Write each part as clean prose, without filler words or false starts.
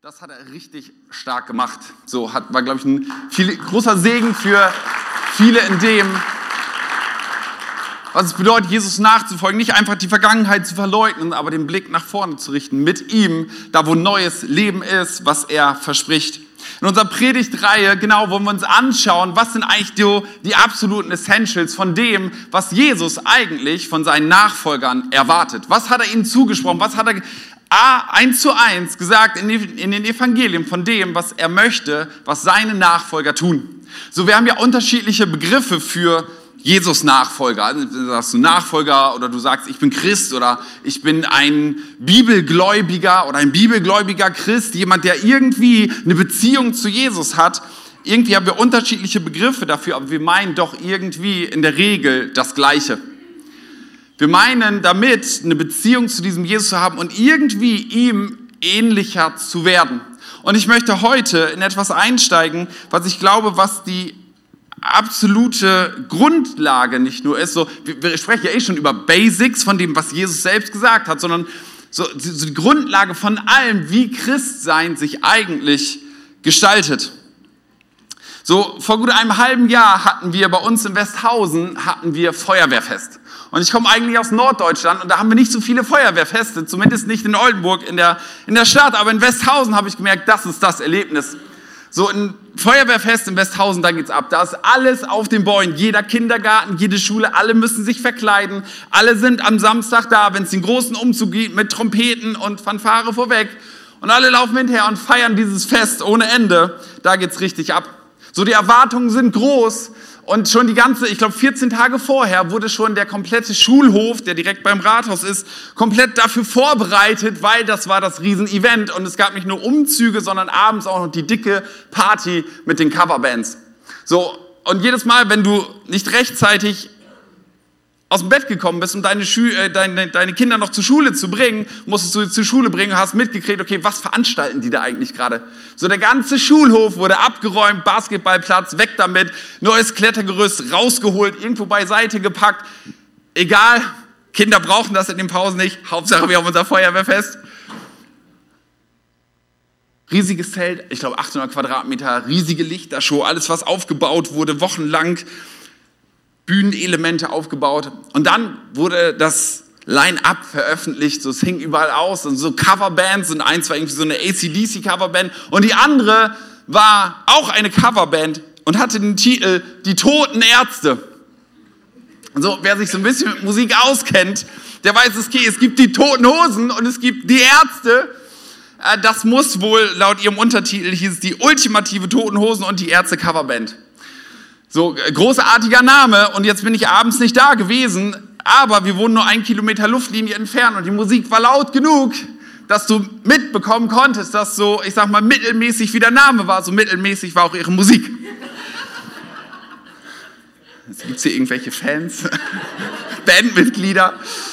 Das hat er richtig stark gemacht. So war, glaube ich, ein großer Segen für viele in dem, was es bedeutet, Jesus nachzufolgen. Nicht einfach die Vergangenheit zu verleugnen, aber den Blick nach vorne zu richten. Mit ihm, da wo neues Leben ist, was er verspricht. In unserer Predigtreihe, genau, wollen wir uns anschauen, was sind eigentlich die absoluten Essentials von dem, was Jesus eigentlich von seinen Nachfolgern erwartet. Was hat er ihnen zugesprochen? Was hat er 1:1 gesagt in den Evangelien von dem, was er möchte, was seine Nachfolger tun. So, wir haben ja unterschiedliche Begriffe für Jesus-Nachfolger. Also, sagst du Nachfolger oder du sagst, ich bin Christ oder ich bin ein Bibelgläubiger oder ein bibelgläubiger Christ, jemand, der irgendwie eine Beziehung zu Jesus hat. Irgendwie haben wir unterschiedliche Begriffe dafür, aber wir meinen doch irgendwie in der Regel das Gleiche. Wir meinen damit, eine Beziehung zu diesem Jesus zu haben und irgendwie ihm ähnlicher zu werden. Und ich möchte heute in etwas einsteigen, was ich glaube, was die absolute Grundlage nicht nur ist. So, wir sprechen ja schon über Basics von dem, was Jesus selbst gesagt hat, sondern so die Grundlage von allem, wie Christsein sich eigentlich gestaltet. So, vor gut einem halben Jahr hatten wir bei uns in Westhausen Feuerwehrfest. Und ich komme eigentlich aus Norddeutschland und da haben wir nicht so viele Feuerwehrfeste, zumindest nicht in Oldenburg in der Stadt, aber in Westhausen habe ich gemerkt, das ist das Erlebnis. So ein Feuerwehrfest in Westhausen, da geht's ab. Da ist alles auf den Bäumen, jeder Kindergarten, jede Schule, alle müssen sich verkleiden, alle sind am Samstag da, wenn es den großen Umzug gibt mit Trompeten und Fanfare vorweg und alle laufen hinterher und feiern dieses Fest ohne Ende. Da geht's richtig ab. So, die Erwartungen sind groß. Und schon 14 Tage vorher wurde schon der komplette Schulhof, der direkt beim Rathaus ist, komplett dafür vorbereitet, weil das war das Riesenevent. Und es gab nicht nur Umzüge, sondern abends auch noch die dicke Party mit den Coverbands. So, und jedes Mal, wenn du nicht rechtzeitig aus dem Bett gekommen bist, um deine Kinder noch zur Schule zu bringen, musstest du sie zur Schule bringen und hast mitgekriegt, okay, was veranstalten die da eigentlich gerade? So, der ganze Schulhof wurde abgeräumt, Basketballplatz, weg damit, neues Klettergerüst rausgeholt, irgendwo beiseite gepackt. Egal, Kinder brauchen das in den Pausen nicht, Hauptsache wir haben unser Feuerwehrfest. Riesiges Zelt, ich glaube 800 Quadratmeter, riesige Lichtershow, alles was aufgebaut wurde, wochenlang. Bühnenelemente aufgebaut und dann wurde das Line-Up veröffentlicht, so es hing überall aus und so Coverbands und eins war irgendwie so eine AC/DC-Coverband und die andere war auch eine Coverband und hatte den Titel Die Toten Ärzte. Und so, wer sich so ein bisschen mit Musik auskennt, der weiß, okay, es gibt die Toten Hosen und es gibt die Ärzte. Das muss wohl, laut ihrem Untertitel hieß es die ultimative Toten Hosen und die Ärzte Coverband. So, großartiger Name und jetzt bin ich abends nicht da gewesen, aber wir wohnen nur 1 Kilometer Luftlinie entfernt und die Musik war laut genug, dass du mitbekommen konntest, dass so, ich sag mal, mittelmäßig wie der Name war, so mittelmäßig war auch ihre Musik. Jetzt gibt's hier irgendwelche Fans, Bandmitglieder.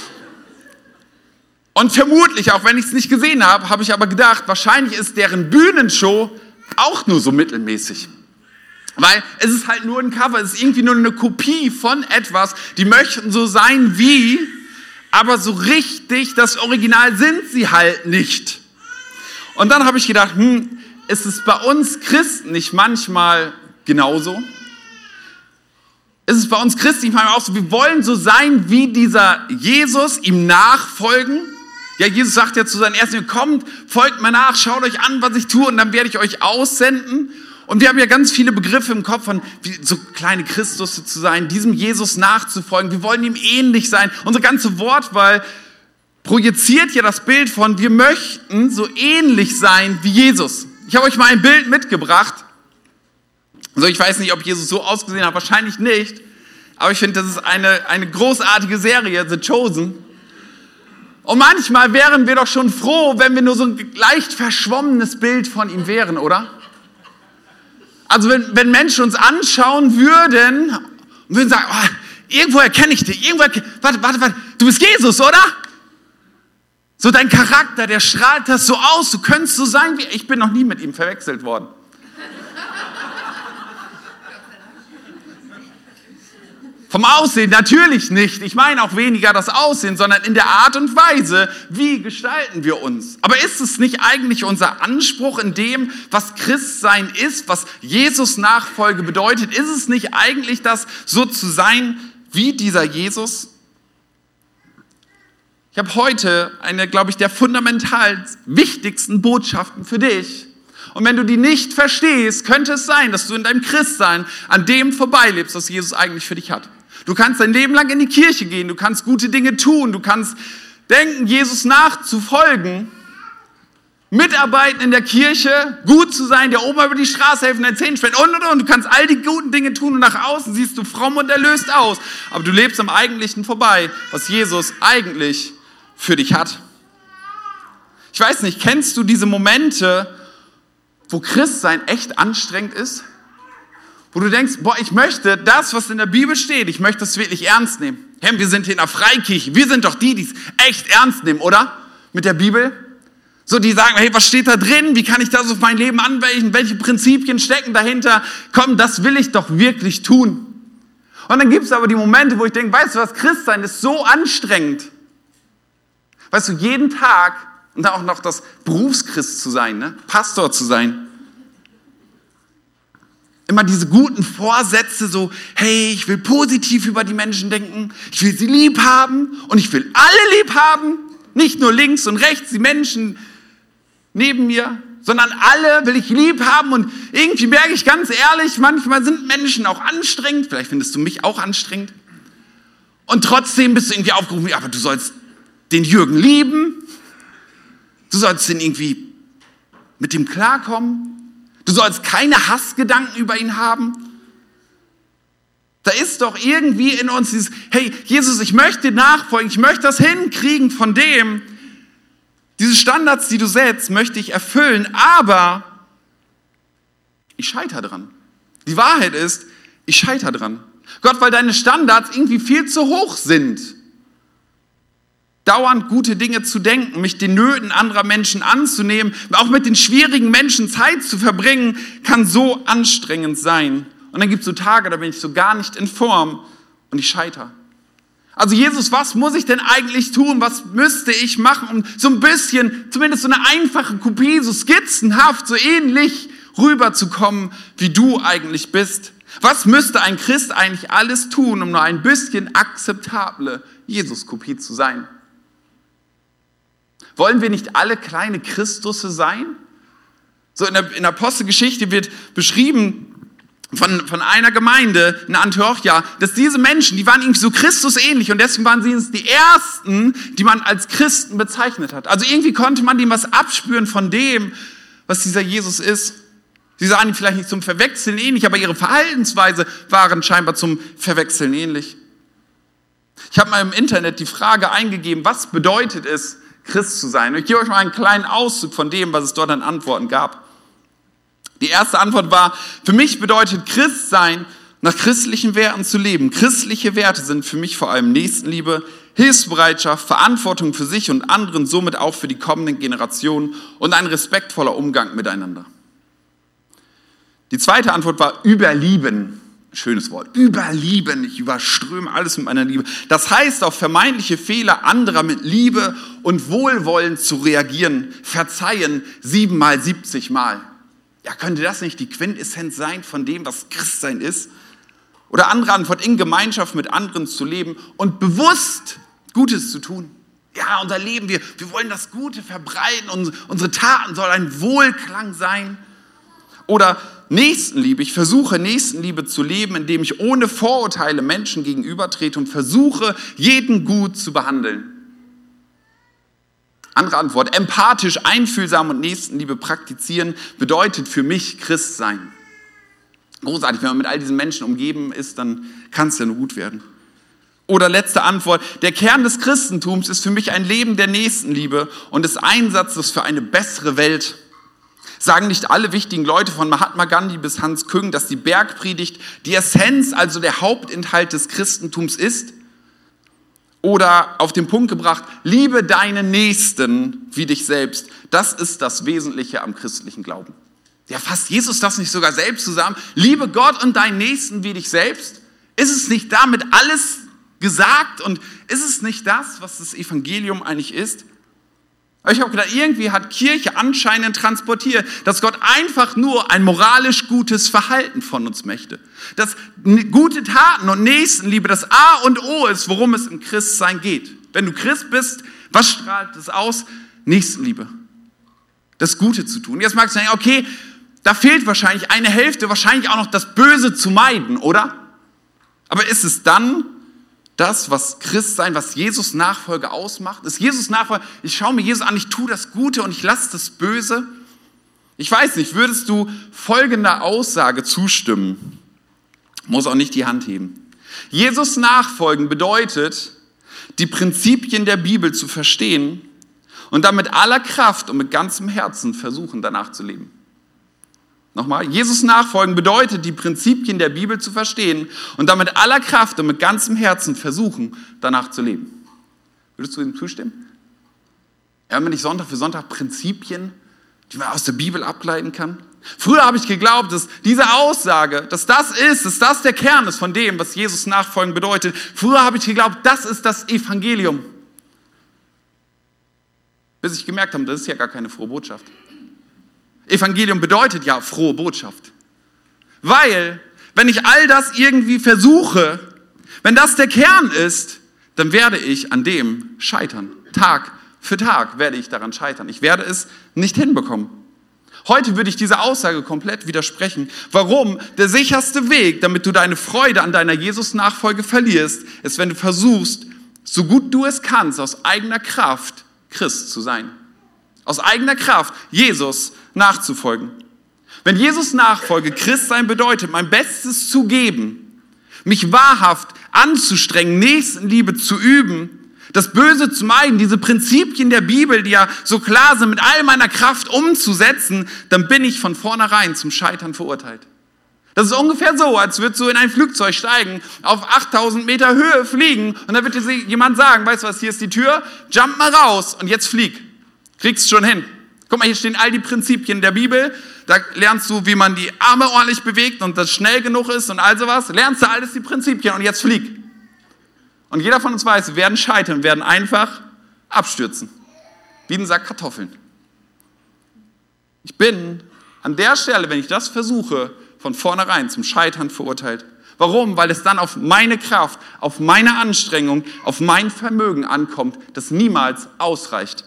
Und vermutlich, auch wenn ich es nicht gesehen habe, habe ich aber gedacht, wahrscheinlich ist deren Bühnenshow auch nur so mittelmäßig. Weil es ist halt nur ein Cover, es ist irgendwie nur eine Kopie von etwas, die möchten so sein wie, aber so richtig das Original sind sie halt nicht. Und dann habe ich gedacht, ist es bei uns Christen nicht manchmal genauso? Ist es bei uns Christen nicht manchmal auch so, wir wollen so sein wie dieser Jesus, ihm nachfolgen? Ja, Jesus sagt ja zu seinen Ersten, kommt, folgt mir nach, schaut euch an, was ich tue und dann werde ich euch aussenden. Und wir haben ja ganz viele Begriffe im Kopf von, wie so kleine Christus zu sein, diesem Jesus nachzufolgen. Wir wollen ihm ähnlich sein. Unsere ganze Wortwahl projiziert ja das Bild von, wir möchten so ähnlich sein wie Jesus. Ich habe euch mal ein Bild mitgebracht. Also ich weiß nicht, ob Jesus so ausgesehen hat, wahrscheinlich nicht. Aber ich finde, das ist eine großartige Serie, The Chosen. Und manchmal wären wir doch schon froh, wenn wir nur so ein leicht verschwommenes Bild von ihm wären, oder? Also wenn Menschen uns anschauen würden und würden sagen, oh, irgendwo erkenne ich dich, warte, du bist Jesus, oder? So dein Charakter, der strahlt das so aus, du könntest so sein wie, ich bin noch nie mit ihm verwechselt worden. Vom Aussehen natürlich nicht. Ich meine auch weniger das Aussehen, sondern in der Art und Weise, wie gestalten wir uns. Aber ist es nicht eigentlich unser Anspruch in dem, was Christsein ist, was Jesus Nachfolge bedeutet? Ist es nicht eigentlich das, so zu sein wie dieser Jesus? Ich habe heute eine, glaube ich, der fundamental wichtigsten Botschaften für dich. Und wenn du die nicht verstehst, könnte es sein, dass du in deinem Christsein an dem vorbeilebst, was Jesus eigentlich für dich hat. Du kannst dein Leben lang in die Kirche gehen, du kannst gute Dinge tun, du kannst denken, Jesus nachzufolgen, mitarbeiten in der Kirche, gut zu sein, der Oma über die Straße helfen, deinen Zähnen spenden und. Du kannst all die guten Dinge tun und nach außen siehst du fromm und erlöst aus. Aber du lebst am Eigentlichen vorbei, was Jesus eigentlich für dich hat. Ich weiß nicht, kennst du diese Momente, wo Christsein echt anstrengend ist? Wo du denkst, boah, ich möchte das, was in der Bibel steht, ich möchte das wirklich ernst nehmen. Hey, wir sind hier in der Freikirche, wir sind doch die es echt ernst nehmen, oder? Mit der Bibel. So, die sagen, hey, was steht da drin? Wie kann ich das auf mein Leben anwenden? Welche Prinzipien stecken dahinter? Komm, das will ich doch wirklich tun. Und dann gibt es aber die Momente, wo ich denke, weißt du was, Christsein ist so anstrengend. Weißt du, jeden Tag, und dann auch noch das Berufschrist zu sein, ne? Pastor zu sein. Immer diese guten Vorsätze, so, hey, ich will positiv über die Menschen denken, ich will sie lieb haben und ich will alle lieb haben, nicht nur links und rechts, die Menschen neben mir, sondern alle will ich lieb haben und irgendwie merke ich ganz ehrlich, manchmal sind Menschen auch anstrengend, vielleicht findest du mich auch anstrengend und trotzdem bist du irgendwie aufgerufen, ja, aber du sollst den Jürgen lieben, du sollst den irgendwie mit dem klarkommen. Du sollst keine Hassgedanken über ihn haben. Da ist doch irgendwie in uns dieses, hey, Jesus, ich möchte dir nachfolgen, ich möchte das hinkriegen von dem. Diese Standards, die du setzt, möchte ich erfüllen, aber ich scheitere dran. Die Wahrheit ist, ich scheitere dran. Gott, weil deine Standards irgendwie viel zu hoch sind. Dauernd gute Dinge zu denken, mich den Nöten anderer Menschen anzunehmen, auch mit den schwierigen Menschen Zeit zu verbringen, kann so anstrengend sein. Und dann gibt es so Tage, da bin ich so gar nicht in Form und ich scheitere. Also Jesus, was muss ich denn eigentlich tun? Was müsste ich machen, um so ein bisschen, zumindest so eine einfache Kopie, so skizzenhaft, so ähnlich rüberzukommen, wie du eigentlich bist? Was müsste ein Christ eigentlich alles tun, um nur ein bisschen akzeptable Jesus-Kopie zu sein? Wollen wir nicht alle kleine Christusse sein? So in der Apostelgeschichte wird beschrieben von einer Gemeinde in Antiochia, dass diese Menschen, die waren irgendwie so Christusähnlich und deswegen waren sie die Ersten, die man als Christen bezeichnet hat. Also irgendwie konnte man dem was abspüren von dem, was dieser Jesus ist. Sie sahen ihn vielleicht nicht zum Verwechseln ähnlich, aber ihre Verhaltensweise waren scheinbar zum Verwechseln ähnlich. Ich habe mal im Internet die Frage eingegeben, was bedeutet es, Christ zu sein? Und ich gebe euch mal einen kleinen Auszug von dem, was es dort an Antworten gab. Die erste Antwort war, für mich bedeutet Christ sein, nach christlichen Werten zu leben. Christliche Werte sind für mich vor allem Nächstenliebe, Hilfsbereitschaft, Verantwortung für sich und anderen, somit auch für die kommenden Generationen und ein respektvoller Umgang miteinander. Die zweite Antwort war überlieben. Schönes Wort. Überlieben. Ich überströme alles mit meiner Liebe. Das heißt, auf vermeintliche Fehler anderer mit Liebe und Wohlwollen zu reagieren. Verzeihen 7 mal 70 Mal. Ja, könnte das nicht die Quintessenz sein von dem, was Christsein ist? Oder andere Antwort, in Gemeinschaft mit anderen zu leben und bewusst Gutes zu tun. Ja, unser Leben, wir wollen das Gute verbreiten. Unsere Taten sollen ein Wohlklang sein. Oder Nächstenliebe. Ich versuche, Nächstenliebe zu leben, indem ich ohne Vorurteile Menschen gegenübertrete und versuche, jeden gut zu behandeln. Andere Antwort. Empathisch, einfühlsam und Nächstenliebe praktizieren bedeutet für mich Christsein. Großartig, wenn man mit all diesen Menschen umgeben ist, dann kann es ja nur gut werden. Oder letzte Antwort. Der Kern des Christentums ist für mich ein Leben der Nächstenliebe und des Einsatzes für eine bessere Welt. Sagen nicht alle wichtigen Leute von Mahatma Gandhi bis Hans Küng, dass die Bergpredigt die Essenz, also der Hauptinhalt des Christentums ist? Oder auf den Punkt gebracht, liebe deinen Nächsten wie dich selbst. Das ist das Wesentliche am christlichen Glauben. Ja, fasst Jesus das nicht sogar selbst zusammen? Liebe Gott und deinen Nächsten wie dich selbst? Ist es nicht damit alles gesagt und ist es nicht das, was das Evangelium eigentlich ist? Aber ich habe gedacht, irgendwie hat Kirche anscheinend transportiert, dass Gott einfach nur ein moralisch gutes Verhalten von uns möchte. Dass gute Taten und Nächstenliebe das A und O ist, worum es im Christsein geht. Wenn du Christ bist, was strahlt es aus? Nächstenliebe. Das Gute zu tun. Jetzt magst du sagen, okay, da fehlt wahrscheinlich eine Hälfte, wahrscheinlich auch noch das Böse zu meiden, oder? Aber ist es dann das, was Christsein, was Jesus Nachfolge ausmacht? Ist Jesus Nachfolge, ich schaue mir Jesus an, ich tue das Gute und ich lasse das Böse? Ich weiß nicht, würdest du folgender Aussage zustimmen? Muss auch nicht die Hand heben. Jesus nachfolgen bedeutet, die Prinzipien der Bibel zu verstehen und dann mit aller Kraft und mit ganzem Herzen versuchen, danach zu leben. Nochmal, Jesus nachfolgen bedeutet, die Prinzipien der Bibel zu verstehen und dann mit aller Kraft und mit ganzem Herzen versuchen, danach zu leben. Würdest du ihm zustimmen? Ja, wenn ich Sonntag für Sonntag Prinzipien, die man aus der Bibel ableiten kann. Früher habe ich geglaubt, dass diese Aussage, dass das der Kern ist von dem, was Jesus nachfolgen bedeutet. Früher habe ich geglaubt, das ist das Evangelium. Bis ich gemerkt habe, das ist ja gar keine frohe Botschaft. Evangelium bedeutet ja frohe Botschaft. Weil, wenn ich all das irgendwie versuche, wenn das der Kern ist, dann werde ich an dem scheitern. Tag für Tag werde ich daran scheitern. Ich werde es nicht hinbekommen. Heute würde ich dieser Aussage komplett widersprechen. Warum? Der sicherste Weg, damit du deine Freude an deiner Jesus-Nachfolge verlierst, ist, wenn du versuchst, so gut du es kannst, aus eigener Kraft Christ zu sein. Aus eigener Kraft Jesus nachzufolgen. Wenn Jesus Nachfolge Christ sein bedeutet, mein Bestes zu geben, mich wahrhaft anzustrengen, Nächstenliebe zu üben, das Böse zu meiden, diese Prinzipien der Bibel, die ja so klar sind, mit all meiner Kraft umzusetzen, dann bin ich von vornherein zum Scheitern verurteilt. Das ist ungefähr so, als würdest du in ein Flugzeug steigen, auf 8000 Meter Höhe fliegen und dann wird dir jemand sagen, weißt du was, hier ist die Tür, jump mal raus und jetzt flieg. Kriegst schon hin. Guck mal, hier stehen all die Prinzipien der Bibel. Da lernst du, wie man die Arme ordentlich bewegt und das schnell genug ist und all sowas. Lernst du alles die Prinzipien und jetzt flieg. Und jeder von uns weiß, wir werden scheitern, werden einfach abstürzen. Wie ein Sack Kartoffeln. Ich bin an der Stelle, wenn ich das versuche, von vornherein zum Scheitern verurteilt. Warum? Weil es dann auf meine Kraft, auf meine Anstrengung, auf mein Vermögen ankommt, das niemals ausreicht.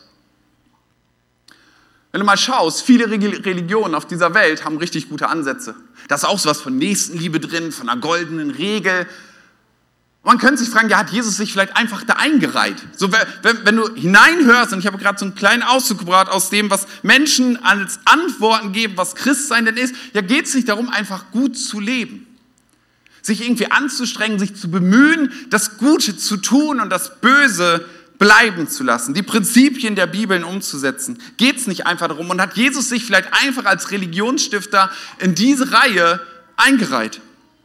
Wenn du mal schaust, viele Religionen auf dieser Welt haben richtig gute Ansätze. Da ist auch sowas von Nächstenliebe drin, von einer goldenen Regel. Man könnte sich fragen, ja, hat Jesus sich vielleicht einfach da eingereiht? So, wenn du hineinhörst, und ich habe gerade so einen kleinen Auszug gebracht aus dem, was Menschen als Antworten geben, was Christsein denn ist, ja, geht es nicht darum, einfach gut zu leben. Sich irgendwie anzustrengen, sich zu bemühen, das Gute zu tun und das Böse bleiben zu lassen, die Prinzipien der Bibeln umzusetzen. Geht es nicht einfach darum und hat Jesus sich vielleicht einfach als Religionsstifter in diese Reihe eingereiht?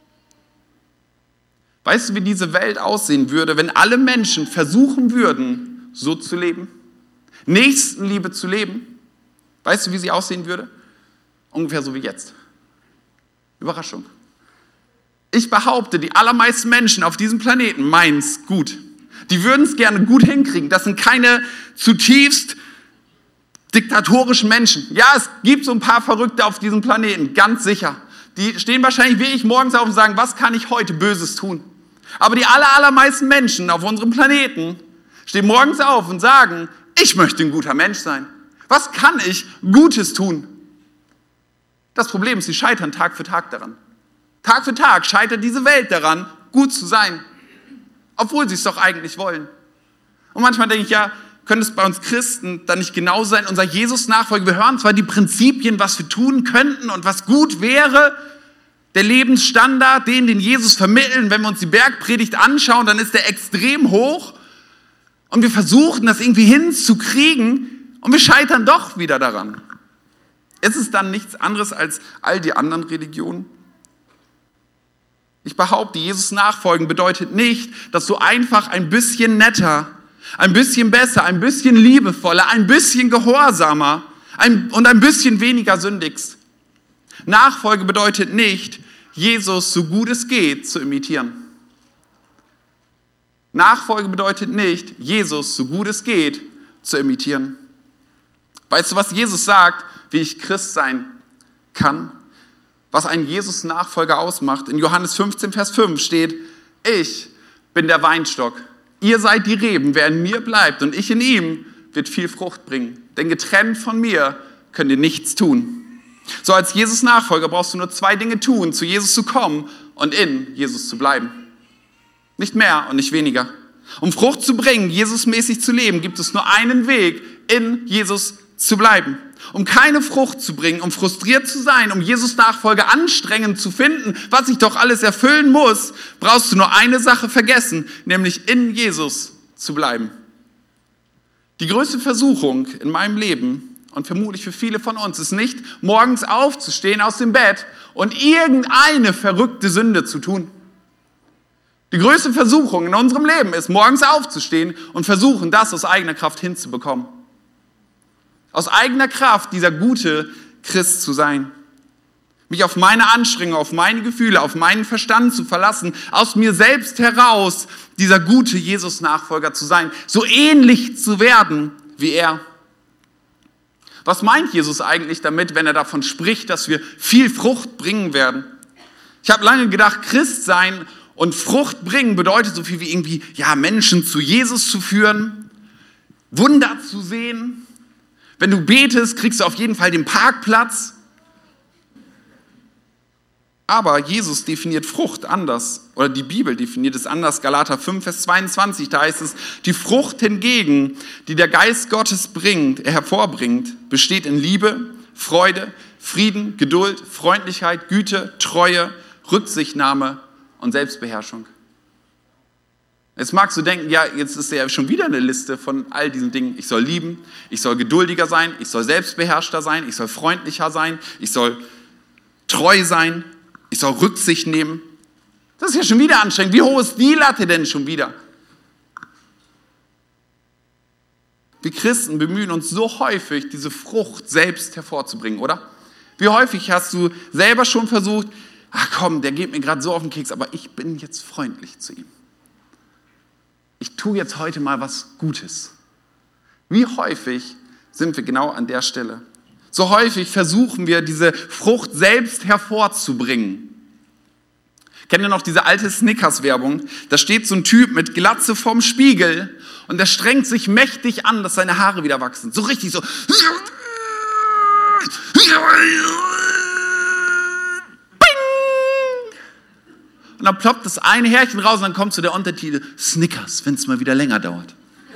Weißt du, wie diese Welt aussehen würde, wenn alle Menschen versuchen würden, so zu leben? Nächstenliebe zu leben? Weißt du, wie sie aussehen würde? Ungefähr so wie jetzt. Überraschung. Ich behaupte, die allermeisten Menschen auf diesem Planeten meinen es gut. Die würden es gerne gut hinkriegen. Das sind keine zutiefst diktatorischen Menschen. Ja, es gibt so ein paar Verrückte auf diesem Planeten, ganz sicher. Die stehen wahrscheinlich wie ich morgens auf und sagen, was kann ich heute Böses tun? Aber die allermeisten Menschen auf unserem Planeten stehen morgens auf und sagen, ich möchte ein guter Mensch sein. Was kann ich Gutes tun? Das Problem ist, sie scheitern Tag für Tag daran. Tag für Tag scheitert diese Welt daran, gut zu sein. Obwohl sie es doch eigentlich wollen. Und manchmal denke ich, ja, könnte es bei uns Christen dann nicht genauso sein? Unser Jesus-Nachfolger, wir hören zwar die Prinzipien, was wir tun könnten und was gut wäre, der Lebensstandard, den Jesus vermitteln, wenn wir uns die Bergpredigt anschauen, dann ist der extrem hoch und wir versuchen, das irgendwie hinzukriegen und wir scheitern doch wieder daran. Ist es dann nichts anderes als all die anderen Religionen? Ich behaupte, Jesus nachfolgen bedeutet nicht, dass du einfach ein bisschen netter, ein bisschen besser, ein bisschen liebevoller, ein bisschen gehorsamer und ein bisschen weniger sündigst. Nachfolge bedeutet nicht, Jesus so gut es geht zu imitieren. Nachfolge bedeutet nicht, Jesus, so gut es geht, zu imitieren. Weißt du, was Jesus sagt, wie ich Christ sein kann? Was einen Jesus-Nachfolger ausmacht? In Johannes 15, Vers 5 steht, ich bin der Weinstock, ihr seid die Reben, wer in mir bleibt und ich in ihm, wird viel Frucht bringen. Denn getrennt von mir könnt ihr nichts tun. So als Jesus-Nachfolger brauchst du nur 2 Dinge tun, zu Jesus zu kommen und in Jesus zu bleiben. Nicht mehr und nicht weniger. Um Frucht zu bringen, Jesusmäßig zu leben, gibt es nur einen Weg, in Jesus zu bleiben. Um keine Frucht zu bringen, um frustriert zu sein, um Jesus-Nachfolge anstrengend zu finden, was ich doch alles erfüllen muss, brauchst du nur eine Sache vergessen, nämlich in Jesus zu bleiben. Die größte Versuchung in meinem Leben und vermutlich für viele von uns ist nicht, morgens aufzustehen aus dem Bett und irgendeine verrückte Sünde zu tun. Die größte Versuchung in unserem Leben ist, morgens aufzustehen und versuchen, das aus eigener Kraft hinzubekommen. Aus eigener Kraft dieser gute Christ zu sein. Mich auf meine Anstrengung, auf meine Gefühle, auf meinen Verstand zu verlassen, aus mir selbst heraus dieser gute Jesus-Nachfolger zu sein, so ähnlich zu werden wie er. Was meint Jesus eigentlich damit, wenn er davon spricht, dass wir viel Frucht bringen werden? Ich habe lange gedacht, Christ sein und Frucht bringen bedeutet so viel wie irgendwie, ja, Menschen zu Jesus zu führen, Wunder zu sehen. Wenn du betest, kriegst du auf jeden Fall den Parkplatz. Aber Jesus definiert Frucht anders, oder die Bibel definiert es anders. Galater 5, Vers 22, da heißt es, die Frucht hingegen, die der Geist Gottes hervorbringt, besteht in Liebe, Freude, Frieden, Geduld, Freundlichkeit, Güte, Treue, Rücksichtnahme und Selbstbeherrschung. Jetzt magst du denken, ja, jetzt ist ja schon wieder eine Liste von all diesen Dingen. Ich soll lieben, ich soll geduldiger sein, ich soll selbstbeherrschter sein, ich soll freundlicher sein, ich soll treu sein, ich soll Rücksicht nehmen. Das ist ja schon wieder anstrengend. Wie hoch ist die Latte denn schon wieder? Wir Christen bemühen uns so häufig, diese Frucht selbst hervorzubringen, oder? Wie häufig hast du selber schon versucht, ach komm, der geht mir gerade so auf den Keks, aber ich bin jetzt freundlich zu ihm. Ich tue jetzt heute mal was Gutes. Wie häufig sind wir genau an der Stelle? So häufig versuchen wir, diese Frucht selbst hervorzubringen. Kennt ihr noch diese alte Snickers-Werbung? Da steht so ein Typ mit Glatze vorm Spiegel und der strengt sich mächtig an, dass seine Haare wieder wachsen. So richtig so. Und dann ploppt das eine Härchen raus und dann kommt so der Untertitel Snickers, wenn es mal wieder länger dauert.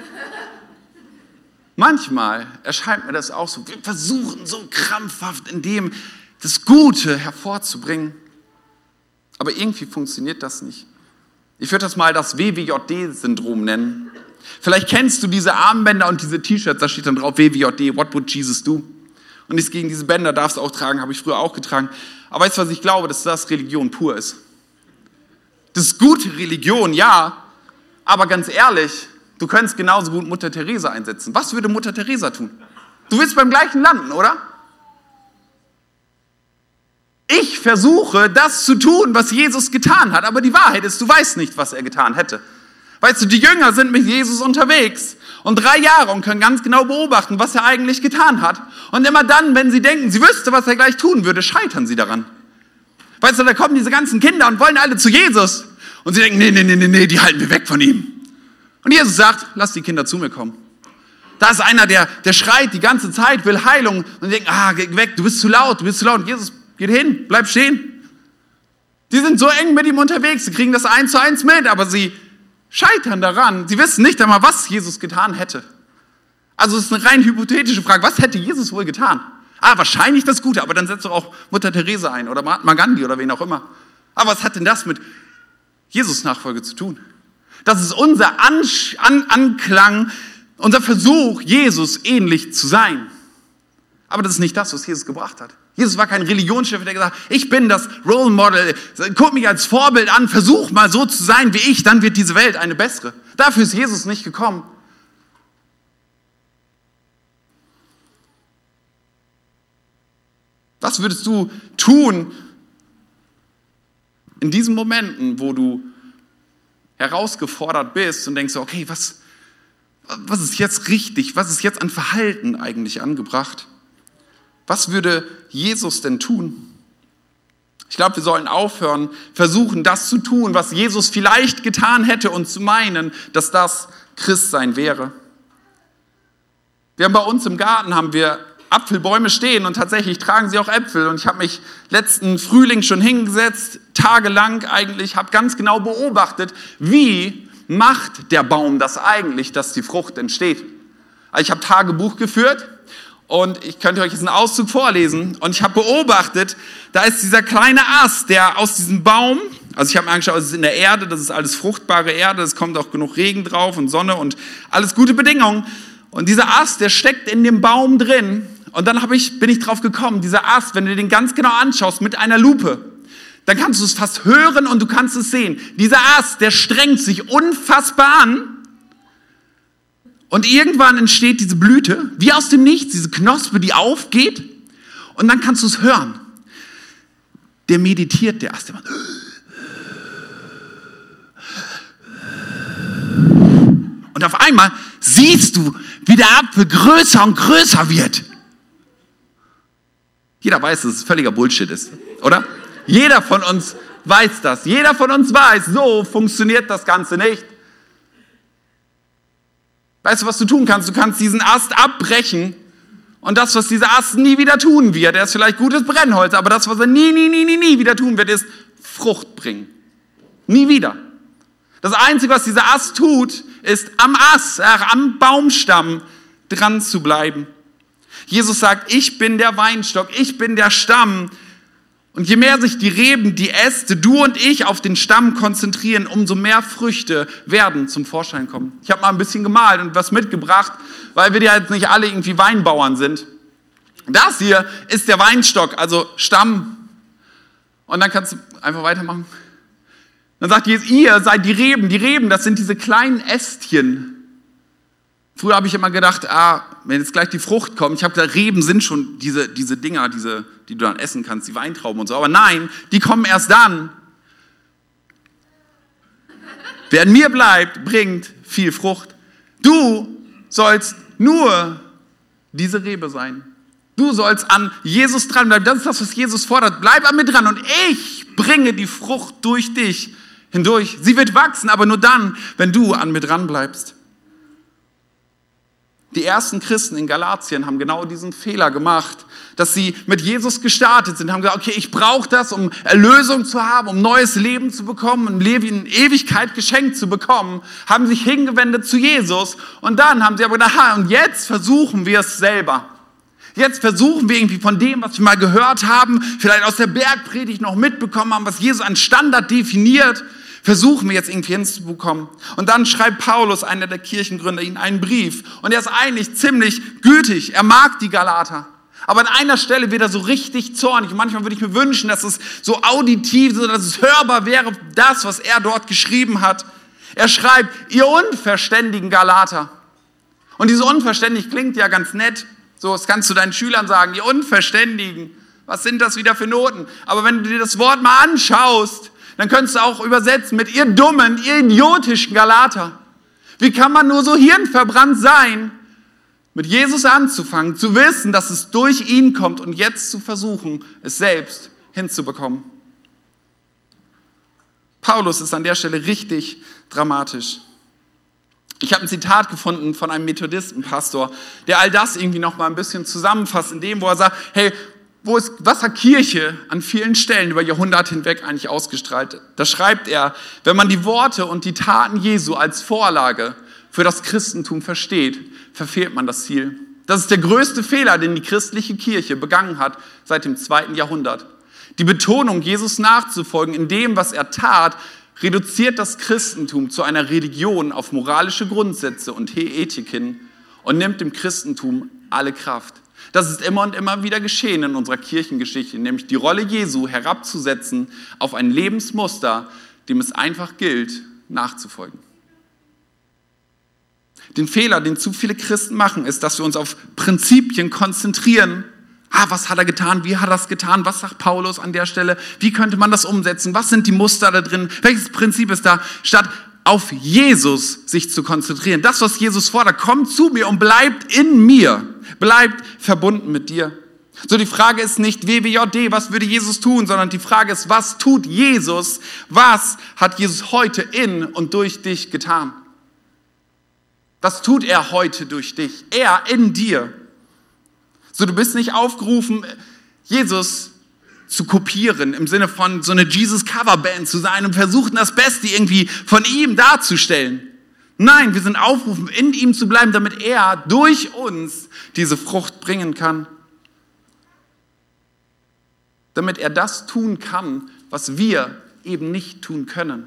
Manchmal erscheint mir das auch so. Wir versuchen so krampfhaft in dem das Gute hervorzubringen. Aber irgendwie funktioniert das nicht. Ich würde das mal das WWJD-Syndrom nennen. Vielleicht kennst du diese Armbänder und diese T-Shirts, da steht dann drauf WWJD, What would Jesus do? Und nichts gegen diese Bänder darfst du auch tragen, habe ich früher auch getragen. Aber weißt du, was ich glaube? Dass das Religion pur ist. Das ist gute Religion, ja, aber ganz ehrlich, du könntest genauso gut Mutter Teresa einsetzen. Was würde Mutter Teresa tun? Du willst beim gleichen landen, oder? Ich versuche, das zu tun, was Jesus getan hat, aber die Wahrheit ist, du weißt nicht, was er getan hätte. Weißt du, die Jünger sind mit Jesus unterwegs und 3 Jahre und können ganz genau beobachten, was er eigentlich getan hat. Und immer dann, wenn sie denken, sie wüsste, was er gleich tun würde, scheitern sie daran. Weißt du, da kommen diese ganzen Kinder und wollen alle zu Jesus. Und sie denken, nee, die halten wir weg von ihm. Und Jesus sagt, lass die Kinder zu mir kommen. Da ist einer, der schreit die ganze Zeit, will Heilung. Und die denken, geh weg, du bist zu laut. Und Jesus, geht hin, bleib stehen. Die sind so eng mit ihm unterwegs, sie kriegen das 1:1 mit, aber sie scheitern daran. Sie wissen nicht einmal, was Jesus getan hätte. Also es ist eine rein hypothetische Frage, was hätte Jesus wohl getan? Wahrscheinlich das Gute, aber dann setzt doch auch Mutter Teresa ein oder Mahatma Gandhi oder wen auch immer. Aber was hat denn das mit Jesus-Nachfolge zu tun? Das ist unser Anklang, unser Versuch, Jesus ähnlich zu sein. Aber das ist nicht das, was Jesus gebracht hat. Jesus war kein Religionschef, der gesagt hat, ich bin das Role Model, guck mich als Vorbild an, versuch mal so zu sein wie ich, dann wird diese Welt eine bessere. Dafür ist Jesus nicht gekommen. Was würdest du tun in diesen Momenten, wo du herausgefordert bist und denkst so, okay, was ist jetzt richtig? Was ist jetzt an Verhalten eigentlich angebracht? Was würde Jesus denn tun? Ich glaube, wir sollen aufhören, versuchen, das zu tun, was Jesus vielleicht getan hätte und zu meinen, dass das Christsein wäre. Wir haben bei uns im Garten Apfelbäume stehen und tatsächlich tragen sie auch Äpfel. Und ich habe mich letzten Frühling schon hingesetzt, tagelang eigentlich, habe ganz genau beobachtet, wie macht der Baum das eigentlich, dass die Frucht entsteht. Also ich habe Tagebuch geführt und ich könnte euch jetzt einen Auszug vorlesen. Und ich habe beobachtet, da ist dieser kleine Ast, der aus diesem Baum, also ich habe mir angeschaut, es ist in der Erde, das ist alles fruchtbare Erde, es kommt auch genug Regen drauf und Sonne und alles gute Bedingungen. Und dieser Ast, der steckt in dem Baum drin. Und dann bin ich drauf gekommen, dieser Ast, wenn du den ganz genau anschaust mit einer Lupe, dann kannst du es fast hören und du kannst es sehen. Dieser Ast, der strengt sich unfassbar an. Und irgendwann entsteht diese Blüte, wie aus dem Nichts, diese Knospe, die aufgeht. Und dann kannst du es hören. Der meditiert, der Ast. Der macht. Und auf einmal siehst du, wie der Apfel größer und größer wird. Jeder weiß, dass es völliger Bullshit ist, oder? Jeder von uns weiß das. Jeder von uns weiß, so funktioniert das Ganze nicht. Weißt du, was du tun kannst? Du kannst diesen Ast abbrechen und das, was dieser Ast nie wieder tun wird, der ist vielleicht gutes Brennholz, aber das, was er nie wieder tun wird, ist Frucht bringen. Nie wieder. Das Einzige, was dieser Ast tut, ist am Baumstamm dran zu bleiben. Jesus sagt, ich bin der Weinstock, ich bin der Stamm. Und je mehr sich die Reben, die Äste, du und ich auf den Stamm konzentrieren, umso mehr Früchte werden zum Vorschein kommen. Ich habe mal ein bisschen gemalt und was mitgebracht, weil wir ja jetzt nicht alle irgendwie Weinbauern sind. Das hier ist der Weinstock, also Stamm. Und dann kannst du einfach weitermachen. Dann sagt Jesus, ihr seid die Reben. Die Reben, das sind diese kleinen Ästchen. Früher habe ich immer gedacht, wenn jetzt gleich die Frucht kommt, ich habe gedacht, Reben sind schon diese Dinger, die du dann essen kannst, die Weintrauben und so. Aber nein, die kommen erst dann. Wer in mir bleibt, bringt viel Frucht. Du sollst nur diese Rebe sein. Du sollst an Jesus dranbleiben. Das ist das, was Jesus fordert. Bleib an mir dran und ich bringe die Frucht durch dich hindurch. Sie wird wachsen, aber nur dann, wenn du an mir dran bleibst. Die ersten Christen in Galatien haben genau diesen Fehler gemacht, dass sie mit Jesus gestartet sind, haben gesagt, okay, ich brauche das, um Erlösung zu haben, um neues Leben zu bekommen, um Leben in Ewigkeit geschenkt zu bekommen, haben sich hingewendet zu Jesus und dann haben sie aber gedacht, und jetzt versuchen wir es selber. Jetzt versuchen wir irgendwie von dem, was wir mal gehört haben, vielleicht aus der Bergpredigt noch mitbekommen haben, was Jesus als Standard definiert, versuchen wir jetzt irgendwie hinzubekommen. Und dann schreibt Paulus, einer der Kirchengründer, ihnen einen Brief. Und er ist eigentlich ziemlich gütig. Er mag die Galater. Aber an einer Stelle wird er so richtig zornig. Und manchmal würde ich mir wünschen, dass es so auditiv, so dass es hörbar wäre, das, was er dort geschrieben hat. Er schreibt, ihr unverständigen Galater. Und dieses unverständlich klingt ja ganz nett. So, das kannst du deinen Schülern sagen, ihr Unverständigen. Was sind das wieder für Noten? Aber wenn du dir das Wort mal anschaust, dann könntest du auch übersetzen mit ihr dummen, ihr idiotischen Galater. Wie kann man nur so hirnverbrannt sein, mit Jesus anzufangen, zu wissen, dass es durch ihn kommt und jetzt zu versuchen, es selbst hinzubekommen? Paulus ist an der Stelle richtig dramatisch. Ich habe ein Zitat gefunden von einem Methodistenpastor, der all das irgendwie noch mal ein bisschen zusammenfasst, in dem, wo er sagt, hey, was hat Kirche an vielen Stellen über Jahrhunderte hinweg eigentlich ausgestrahlt? Da schreibt er, wenn man die Worte und die Taten Jesu als Vorlage für das Christentum versteht, verfehlt man das Ziel. Das ist der größte Fehler, den die christliche Kirche begangen hat seit dem 2. Jahrhundert. Die Betonung, Jesus nachzufolgen in dem, was er tat, reduziert das Christentum zu einer Religion auf moralische Grundsätze und Ethik hin und nimmt dem Christentum alle Kraft. Das ist immer und immer wieder geschehen in unserer Kirchengeschichte, nämlich die Rolle Jesu herabzusetzen auf ein Lebensmuster, dem es einfach gilt, nachzufolgen. Den Fehler, den zu viele Christen machen, ist, dass wir uns auf Prinzipien konzentrieren. Was hat er getan? Wie hat er es getan? Was sagt Paulus an der Stelle? Wie könnte man das umsetzen? Was sind die Muster da drin? Welches Prinzip ist da? Statt auf Jesus sich zu konzentrieren. Das, was Jesus fordert, kommt zu mir und bleibt in mir, bleibt verbunden mit dir. So, die Frage ist nicht WWJD, was würde Jesus tun, sondern die Frage ist, was tut Jesus? Was hat Jesus heute in und durch dich getan? Was tut er heute durch dich? Er in dir. So, du bist nicht aufgerufen, Jesus zu kopieren, im Sinne von so eine Jesus-Coverband zu sein und versuchen, das Beste irgendwie von ihm darzustellen. Nein, wir sind aufgerufen, in ihm zu bleiben, damit er durch uns diese Frucht bringen kann. Damit er das tun kann, was wir eben nicht tun können.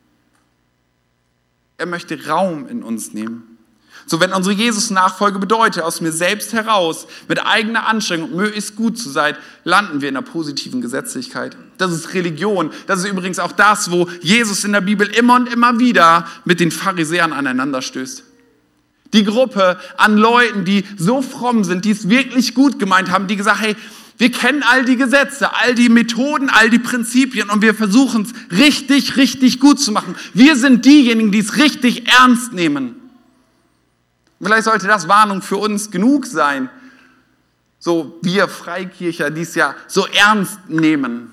Er möchte Raum in uns nehmen. So, wenn unsere Jesus-Nachfolge bedeutet, aus mir selbst heraus, mit eigener Anstrengung möglichst gut zu sein, landen wir in einer positiven Gesetzlichkeit. Das ist Religion. Das ist übrigens auch das, wo Jesus in der Bibel immer und immer wieder mit den Pharisäern aneinander stößt. Die Gruppe an Leuten, die so fromm sind, die es wirklich gut gemeint haben, die gesagt haben, hey, wir kennen all die Gesetze, all die Methoden, all die Prinzipien und wir versuchen es richtig, richtig gut zu machen. Wir sind diejenigen, die es richtig ernst nehmen. Vielleicht sollte das Warnung für uns genug sein, so wir Freikircher, die es ja so ernst nehmen.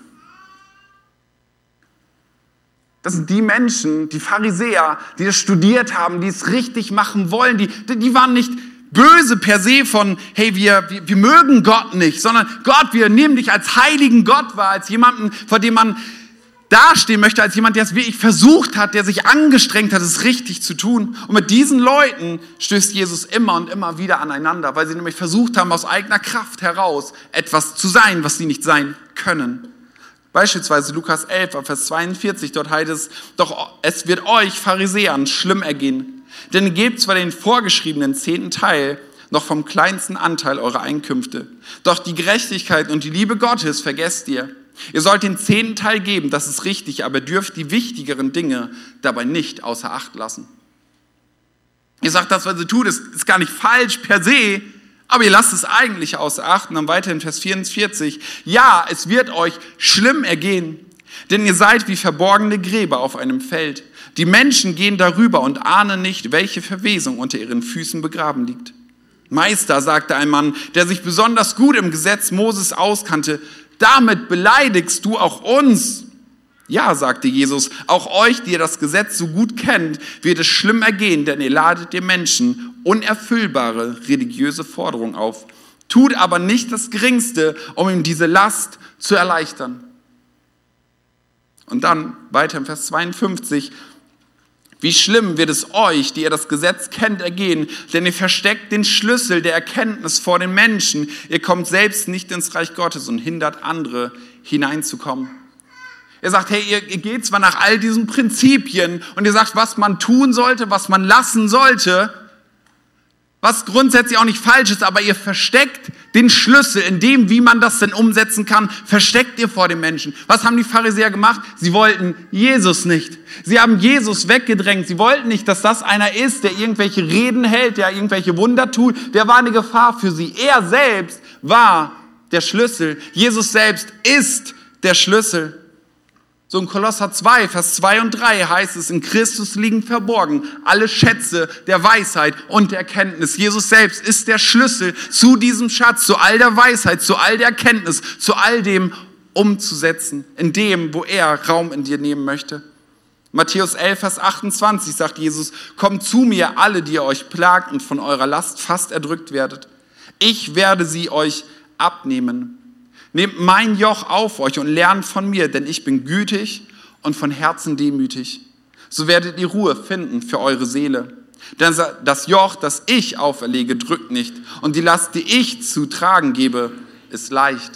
Das sind die Menschen, die Pharisäer, die das studiert haben, die es richtig machen wollen, die waren nicht böse per se von, hey, wir mögen Gott nicht, sondern Gott, wir nehmen dich als heiligen Gott wahr, als jemanden, vor dem man dastehen möchte, als jemand, der es wirklich versucht hat, der sich angestrengt hat, es richtig zu tun. Und mit diesen Leuten stößt Jesus immer und immer wieder aneinander, weil sie nämlich versucht haben, aus eigener Kraft heraus etwas zu sein, was sie nicht sein können. Beispielsweise Lukas 11, Vers 42, dort heißt es, doch es wird euch Pharisäern schlimm ergehen. Denn ihr gebt zwar den vorgeschriebenen 10. Teil noch vom kleinsten Anteil eurer Einkünfte. Doch die Gerechtigkeit und die Liebe Gottes vergesst ihr. Ihr sollt den 10. Teil geben, das ist richtig, aber dürft die wichtigeren Dinge dabei nicht außer Acht lassen. Ihr sagt, das, was ihr tut, ist gar nicht falsch per se, aber ihr lasst es eigentlich außer Acht. Und dann weiter in Vers 44. Ja, es wird euch schlimm ergehen, denn ihr seid wie verborgene Gräber auf einem Feld. Die Menschen gehen darüber und ahnen nicht, welche Verwesung unter ihren Füßen begraben liegt. Meister, sagte ein Mann, der sich besonders gut im Gesetz Moses auskannte, damit beleidigst du auch uns. Ja, sagte Jesus, auch euch, die ihr das Gesetz so gut kennt, wird es schlimm ergehen, denn ihr ladet den Menschen unerfüllbare religiöse Forderungen auf. Tut aber nicht das Geringste, um ihm diese Last zu erleichtern. Und dann weiter im Vers 52, wie schlimm wird es euch, die ihr das Gesetz kennt, ergehen, denn ihr versteckt den Schlüssel der Erkenntnis vor den Menschen. Ihr kommt selbst nicht ins Reich Gottes und hindert andere hineinzukommen. Er sagt, hey, ihr geht zwar nach all diesen Prinzipien und ihr sagt, was man tun sollte, was man lassen sollte, was grundsätzlich auch nicht falsch ist, aber ihr versteckt den Schlüssel in dem, wie man das denn umsetzen kann, versteckt ihr vor den Menschen. Was haben die Pharisäer gemacht? Sie wollten Jesus nicht. Sie haben Jesus weggedrängt. Sie wollten nicht, dass das einer ist, der irgendwelche Reden hält, der irgendwelche Wunder tut. Der war eine Gefahr für sie. Er selbst war der Schlüssel. Jesus selbst ist der Schlüssel. So in Kolosser 2, Vers 2 und 3 heißt es, in Christus liegen verborgen alle Schätze der Weisheit und der Erkenntnis. Jesus selbst ist der Schlüssel zu diesem Schatz, zu all der Weisheit, zu all der Erkenntnis, zu all dem umzusetzen, in dem, wo er Raum in dir nehmen möchte. Matthäus 11, Vers 28 sagt Jesus, kommt zu mir alle, die ihr euch plagt und von eurer Last fast erdrückt werdet. Ich werde sie euch abnehmen. Nehmt mein Joch auf euch und lernt von mir, denn ich bin gütig und von Herzen demütig. So werdet ihr Ruhe finden für eure Seele. Denn das Joch, das ich auferlege, drückt nicht. Und die Last, die ich zu tragen gebe, ist leicht.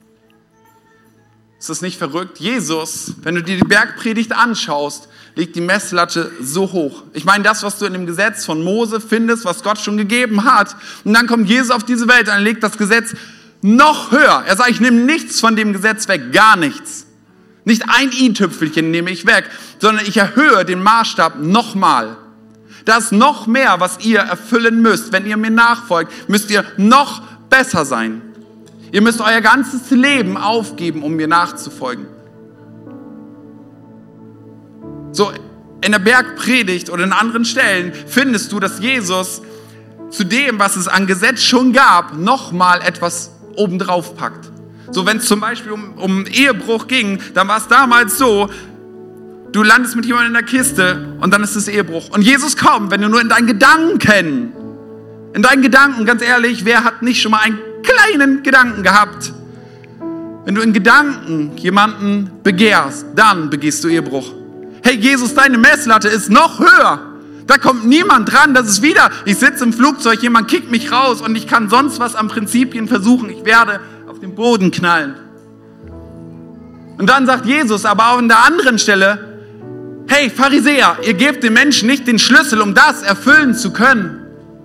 Ist das nicht verrückt? Jesus, wenn du dir die Bergpredigt anschaust, legt die Messlatte so hoch. Ich meine, das, was du in dem Gesetz von Mose findest, was Gott schon gegeben hat. Und dann kommt Jesus auf diese Welt und legt das Gesetz noch höher. Er sagt, ich nehme nichts von dem Gesetz weg, gar nichts. Nicht ein i-Tüpfelchen nehme ich weg, sondern ich erhöhe den Maßstab nochmal. Da ist noch mehr, was ihr erfüllen müsst. Wenn ihr mir nachfolgt, müsst ihr noch besser sein. Ihr müsst euer ganzes Leben aufgeben, um mir nachzufolgen. So, in der Bergpredigt oder in anderen Stellen findest du, dass Jesus zu dem, was es an Gesetz schon gab, nochmal etwas obendrauf packt. So, wenn es zum Beispiel um Ehebruch ging, dann war es damals so, du landest mit jemandem in der Kiste und dann ist es Ehebruch. Und Jesus kommt, wenn du nur in deinen Gedanken, ganz ehrlich, wer hat nicht schon mal einen kleinen Gedanken gehabt? Wenn du in Gedanken jemanden begehrst, dann begehst du Ehebruch. Hey Jesus, deine Messlatte ist noch höher. Da kommt niemand dran. Das ist wieder, ich sitze im Flugzeug, jemand kickt mich raus und ich kann sonst was an Prinzipien versuchen. Ich werde auf den Boden knallen. Und dann sagt Jesus aber auch an der anderen Stelle, hey Pharisäer, ihr gebt den Menschen nicht den Schlüssel, um das erfüllen zu können.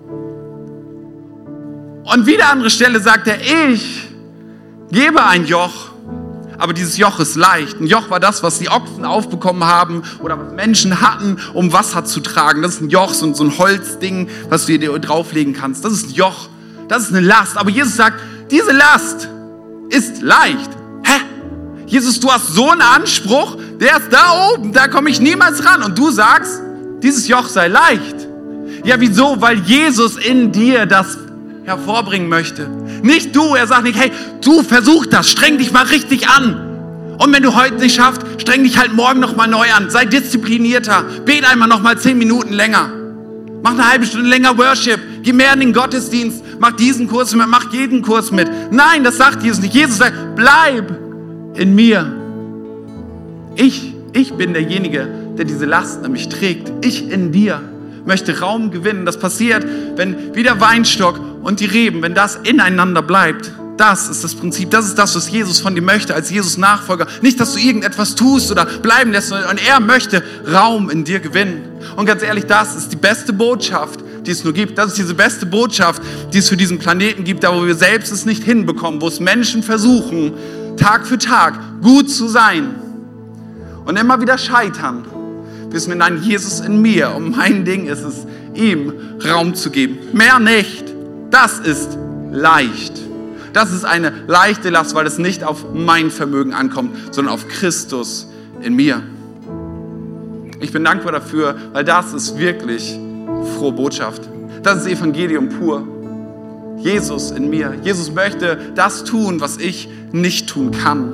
Und wieder andere Stelle sagt er, ich gebe ein Joch, aber dieses Joch ist leicht. Ein Joch war das, was die Ochsen aufbekommen haben oder was Menschen hatten, um Wasser zu tragen. Das ist ein Joch, so ein Holzding, was du dir drauflegen kannst. Das ist ein Joch, das ist eine Last. Aber Jesus sagt, diese Last ist leicht. Hä? Jesus, du hast so einen Anspruch, der ist da oben, da komme ich niemals ran. Und du sagst, dieses Joch sei leicht. Ja, wieso? Weil Jesus in dir das hervorbringen möchte. Nicht du, er sagt nicht, hey, du versuch das, streng dich mal richtig an. Und wenn du heute nicht schaffst, streng dich halt morgen nochmal neu an. Sei disziplinierter, bet einmal nochmal 10 Minuten länger. Mach eine halbe Stunde länger Worship, geh mehr in den Gottesdienst, mach diesen Kurs mit, mach jeden Kurs mit. Nein, das sagt Jesus nicht. Jesus sagt, bleib in mir. Ich bin derjenige, der diese Last nämlich trägt. Ich in dir möchte Raum gewinnen. Das passiert, wenn wie der Weinstock und die Reben, wenn das ineinander bleibt. Das ist das Prinzip, das ist das, was Jesus von dir möchte als Jesus-Nachfolger. Nicht, dass du irgendetwas tust oder bleiben lässt, sondern er möchte Raum in dir gewinnen. Und ganz ehrlich, das ist die beste Botschaft, die es nur gibt. Das ist diese beste Botschaft, die es für diesen Planeten gibt, da wo wir selbst es nicht hinbekommen, wo es Menschen versuchen, Tag für Tag gut zu sein und immer wieder scheitern. Wissen wir, nein, Jesus in mir und mein Ding ist es, ihm Raum zu geben. Mehr nicht. Das ist leicht. Das ist eine leichte Last, weil es nicht auf mein Vermögen ankommt, sondern auf Christus in mir. Ich bin dankbar dafür, weil das ist wirklich frohe Botschaft. Das ist Evangelium pur. Jesus in mir. Jesus möchte das tun, was ich nicht tun kann.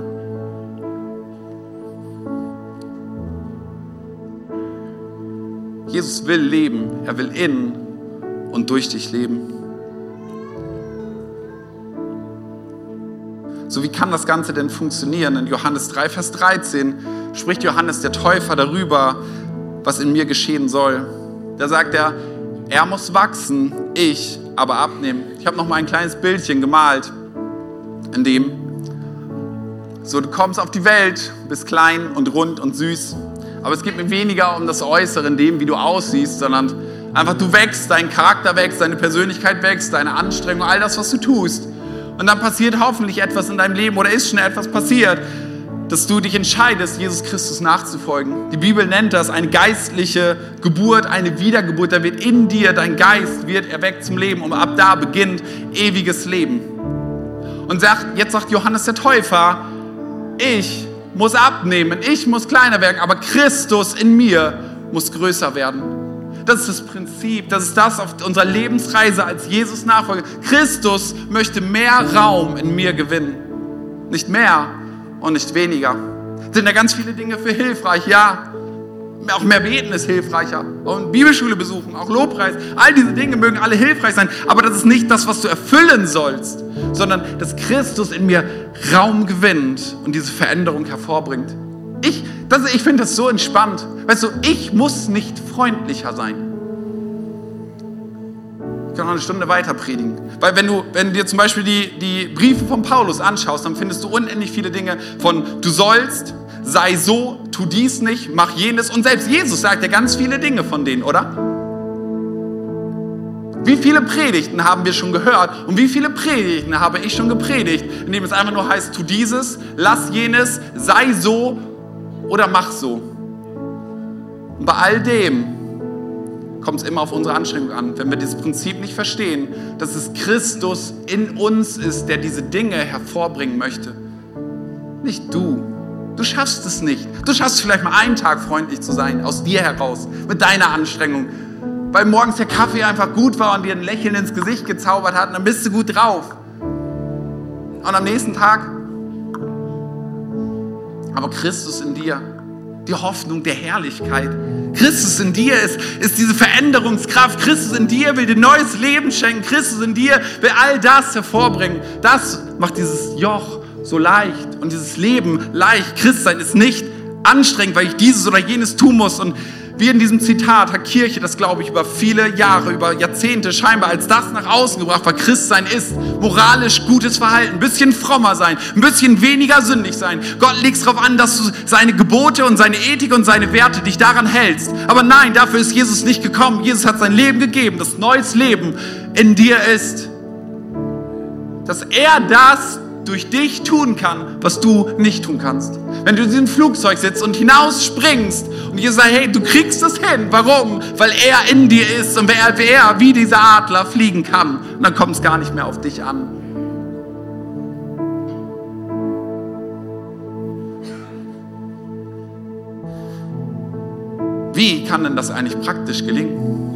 Jesus will leben. Er will in und durch dich leben. So, wie kann das Ganze denn funktionieren? In Johannes 3, Vers 13 spricht Johannes der Täufer darüber, was in mir geschehen soll. Da sagt er muss wachsen, ich aber abnehmen. Ich habe noch mal ein kleines Bildchen gemalt, in dem so, du kommst auf die Welt, bist klein und rund und süß, aber es geht mir weniger um das Äußere, in dem, wie du aussiehst, sondern einfach du wächst, dein Charakter wächst, deine Persönlichkeit wächst, deine Anstrengung, all das, was du tust. Und dann passiert hoffentlich etwas in deinem Leben oder ist schon etwas passiert, dass du dich entscheidest, Jesus Christus nachzufolgen. Die Bibel nennt das eine geistliche Geburt, eine Wiedergeburt. Da wird in dir, dein Geist wird erweckt zum Leben und ab da beginnt ewiges Leben. Und jetzt sagt Johannes der Täufer, ich muss abnehmen, ich muss kleiner werden, aber Christus in mir muss größer werden. Das ist das Prinzip, das ist das auf unserer Lebensreise als Jesus-Nachfolger. Christus möchte mehr Raum in mir gewinnen. Nicht mehr und nicht weniger. Sind da ganz viele Dinge für hilfreich? Ja, auch mehr beten ist hilfreicher. Und Bibelschule besuchen, auch Lobpreis. All diese Dinge mögen alle hilfreich sein. Aber das ist nicht das, was du erfüllen sollst, sondern dass Christus in mir Raum gewinnt und diese Veränderung hervorbringt. Ich finde das so entspannt. Weißt du, ich muss nicht freundlicher sein. Ich kann noch eine Stunde weiter predigen. Weil wenn du dir zum Beispiel die Briefe von Paulus anschaust, dann findest du unendlich viele Dinge von du sollst, sei so, tu dies nicht, mach jenes. Und selbst Jesus sagt ja ganz viele Dinge von denen, oder? Wie viele Predigten haben wir schon gehört und wie viele Predigten habe ich schon gepredigt, indem es einfach nur heißt, tu dieses, lass jenes, sei so oder mach so. Und bei all dem kommt es immer auf unsere Anstrengung an. Wenn wir dieses Prinzip nicht verstehen, dass es Christus in uns ist, der diese Dinge hervorbringen möchte. Nicht du, Du schaffst es nicht. Du schaffst vielleicht mal einen Tag freundlich zu sein, aus dir heraus, mit deiner Anstrengung. Weil morgens der Kaffee einfach gut war und dir ein Lächeln ins Gesicht gezaubert hat und dann bist du gut drauf. Und am nächsten Tag, aber Christus in dir, die Hoffnung der Herrlichkeit. Christus in dir ist diese Veränderungskraft. Christus in dir will dir neues Leben schenken. Christus in dir will all das hervorbringen. Das macht dieses Joch so leicht und dieses Leben leicht. Christsein ist nicht anstrengend, weil ich dieses oder jenes tun muss. Und wie in diesem Zitat hat Kirche das, glaube ich, über viele Jahre, über Jahrzehnte scheinbar als das nach außen gebracht, weil Christsein ist moralisch gutes Verhalten, ein bisschen frommer sein, ein bisschen weniger sündig sein. Gott legt es darauf an, dass du seine Gebote und seine Ethik und seine Werte dich daran hältst. Aber nein, dafür ist Jesus nicht gekommen. Jesus hat sein Leben gegeben, das neues Leben in dir ist. Dass er das durch dich tun kann, was du nicht tun kannst. Wenn du in diesem Flugzeug sitzt und hinausspringst und Jesus sagt, hey, du kriegst es hin. Warum? Weil er in dir ist und er wie dieser Adler fliegen kann. Und dann kommt es gar nicht mehr auf dich an. Wie kann denn das eigentlich praktisch gelingen?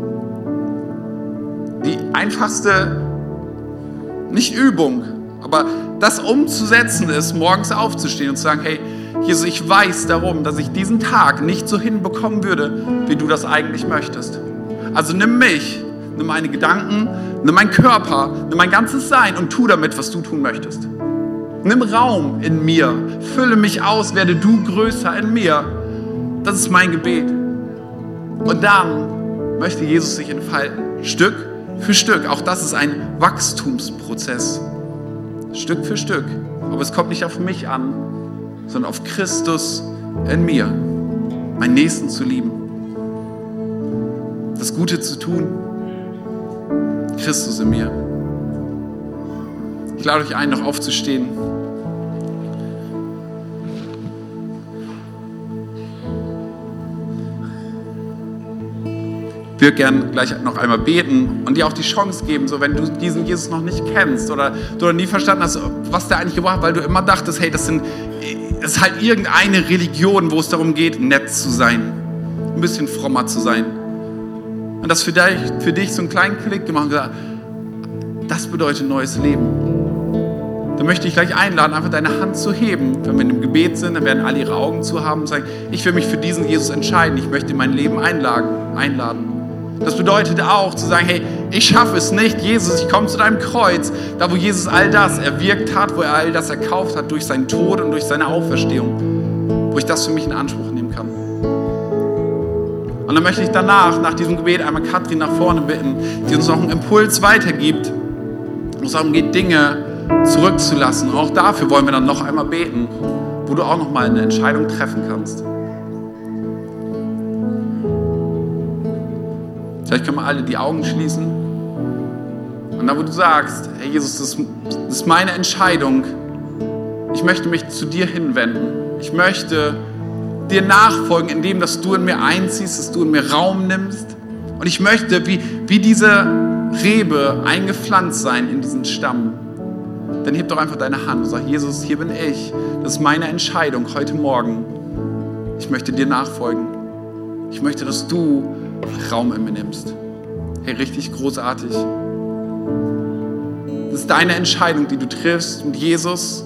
Die einfachste, nicht Übung, aber das umzusetzen ist, morgens aufzustehen und zu sagen, hey, Jesus, ich weiß darum, dass ich diesen Tag nicht so hinbekommen würde, wie du das eigentlich möchtest. Also nimm mich, nimm meine Gedanken, nimm meinen Körper, nimm mein ganzes Sein und tu damit, was du tun möchtest. Nimm Raum in mir, fülle mich aus, werde du größer in mir. Das ist mein Gebet. Und dann möchte Jesus sich entfalten, Stück für Stück. Auch das ist ein Wachstumsprozess. Stück für Stück. Aber es kommt nicht auf mich an, sondern auf Christus in mir. Meinen Nächsten zu lieben. Das Gute zu tun. Christus in mir. Ich lade euch ein, noch aufzustehen. Ich würde gerne gleich noch einmal beten und dir auch die Chance geben, so wenn du diesen Jesus noch nicht kennst oder du noch nie verstanden hast, was der eigentlich gebracht hat, weil du immer dachtest, hey, das ist halt irgendeine Religion, wo es darum geht, nett zu sein, ein bisschen frommer zu sein. Und das für dich so einen kleinen Klick gemacht und gesagt, das bedeutet neues Leben. Dann möchte ich gleich einladen, einfach deine Hand zu heben. Wenn wir in einem Gebet sind, dann werden alle ihre Augen zu haben und sagen, ich will mich für diesen Jesus entscheiden, ich möchte in mein Leben einladen. Das bedeutet auch zu sagen, hey, ich schaffe es nicht, Jesus, ich komme zu deinem Kreuz, da wo Jesus all das erwirkt hat, wo er all das erkauft hat durch seinen Tod und durch seine Auferstehung, wo ich das für mich in Anspruch nehmen kann. Und dann möchte ich danach, nach diesem Gebet, einmal Katrin nach vorne bitten, die uns noch einen Impuls weitergibt, wo es darum geht, Dinge zurückzulassen. Und auch dafür wollen wir dann noch einmal beten, wo du auch noch mal eine Entscheidung treffen kannst. Vielleicht können wir alle die Augen schließen. Und da, wo du sagst, hey Jesus, das ist meine Entscheidung. Ich möchte mich zu dir hinwenden. Ich möchte dir nachfolgen, indem dass du in mir einziehst, dass du in mir Raum nimmst. Und ich möchte wie diese Rebe eingepflanzt sein in diesen Stamm. Dann heb doch einfach deine Hand und sag, Jesus, hier bin ich. Das ist meine Entscheidung heute Morgen. Ich möchte dir nachfolgen. Ich möchte, dass du Raum in mir nimmst. Hey, richtig großartig. Das ist deine Entscheidung, die du triffst mit Jesus.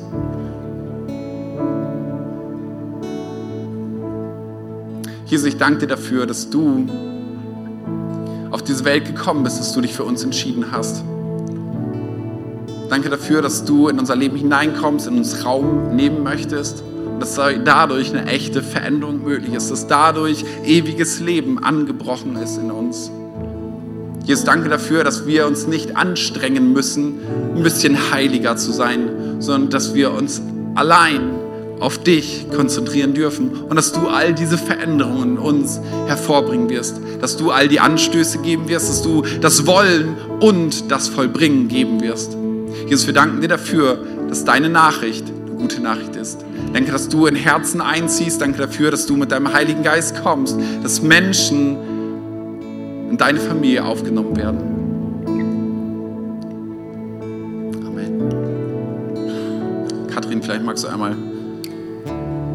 Jesus, ich danke dir dafür, dass du auf diese Welt gekommen bist, dass du dich für uns entschieden hast. Danke dafür, dass du in unser Leben hineinkommst, in uns Raum nehmen möchtest. Dass dadurch eine echte Veränderung möglich ist, dass dadurch ewiges Leben angebrochen ist in uns. Jesus, danke dafür, dass wir uns nicht anstrengen müssen, ein bisschen heiliger zu sein, sondern dass wir uns allein auf dich konzentrieren dürfen und dass du all diese Veränderungen in uns hervorbringen wirst, dass du all die Anstöße geben wirst, dass du das Wollen und das Vollbringen geben wirst. Jesus, wir danken dir dafür, dass deine Nachricht eine gute Nachricht ist. Danke, dass du in Herzen einziehst. Danke dafür, dass du mit deinem Heiligen Geist kommst, dass Menschen in deine Familie aufgenommen werden. Amen. Katrin, vielleicht magst du einmal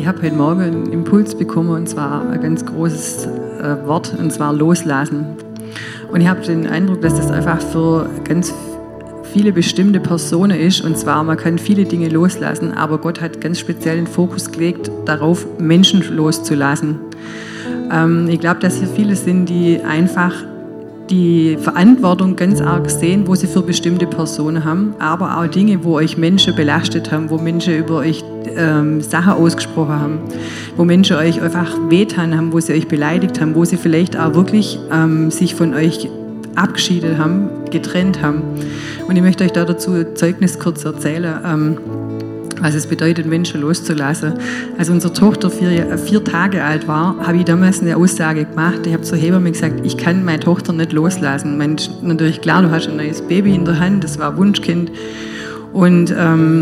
Ich habe heute Morgen einen Impuls bekommen, und zwar ein ganz großes Wort, und zwar loslassen. Und ich habe den Eindruck, dass das einfach für ganz viele bestimmte Personen ist. Und zwar, man kann viele Dinge loslassen, aber Gott hat ganz speziell den Fokus gelegt, darauf Menschen loszulassen. Ich glaube, dass hier viele sind, die einfach die Verantwortung ganz arg sehen, wo sie für bestimmte Personen haben, aber auch Dinge, wo euch Menschen belastet haben, wo Menschen über euch Sachen ausgesprochen haben, wo Menschen euch einfach wehgetan haben, wo sie euch beleidigt haben, wo sie vielleicht auch wirklich sich von euch abgeschieden haben, getrennt haben. Und ich möchte euch da dazu ein Zeugnis kurz erzählen, was es bedeutet, Menschen loszulassen. Als unsere Tochter 4 Tage alt war, habe ich damals eine Aussage gemacht. Ich habe zur Hebamme gesagt, ich kann meine Tochter nicht loslassen. Natürlich klar, du hast ein neues Baby in der Hand, das war ein Wunschkind. Und